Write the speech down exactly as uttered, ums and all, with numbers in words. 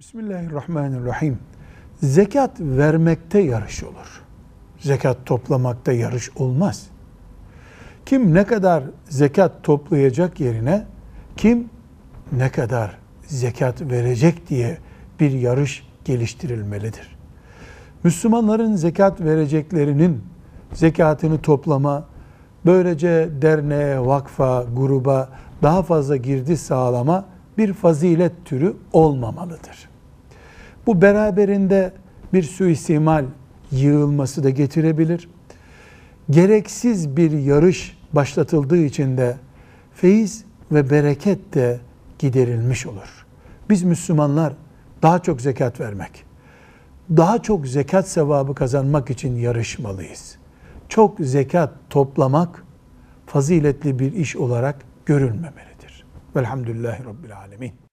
Bismillahirrahmanirrahim. Zekat vermekte yarış olur. Zekat toplamakta yarış olmaz. Kim ne kadar zekat toplayacak yerine kim ne kadar zekat verecek diye bir yarış geliştirilmelidir. Müslümanların zekat vereceklerinin zekatını toplama, böylece derneğe, vakfa, gruba daha fazla girdi sağlama bir fazilet türü olmamalıdır. Bu beraberinde bir suistimal yığılması da getirebilir. Gereksiz bir yarış başlatıldığı için de feyiz ve bereket de giderilmiş olur. Biz Müslümanlar daha çok zekat vermek, daha çok zekat sevabı kazanmak için yarışmalıyız. Çok zekat toplamak faziletli bir iş olarak görülmemelidir. Velhamdülillahi Rabbil Alemin.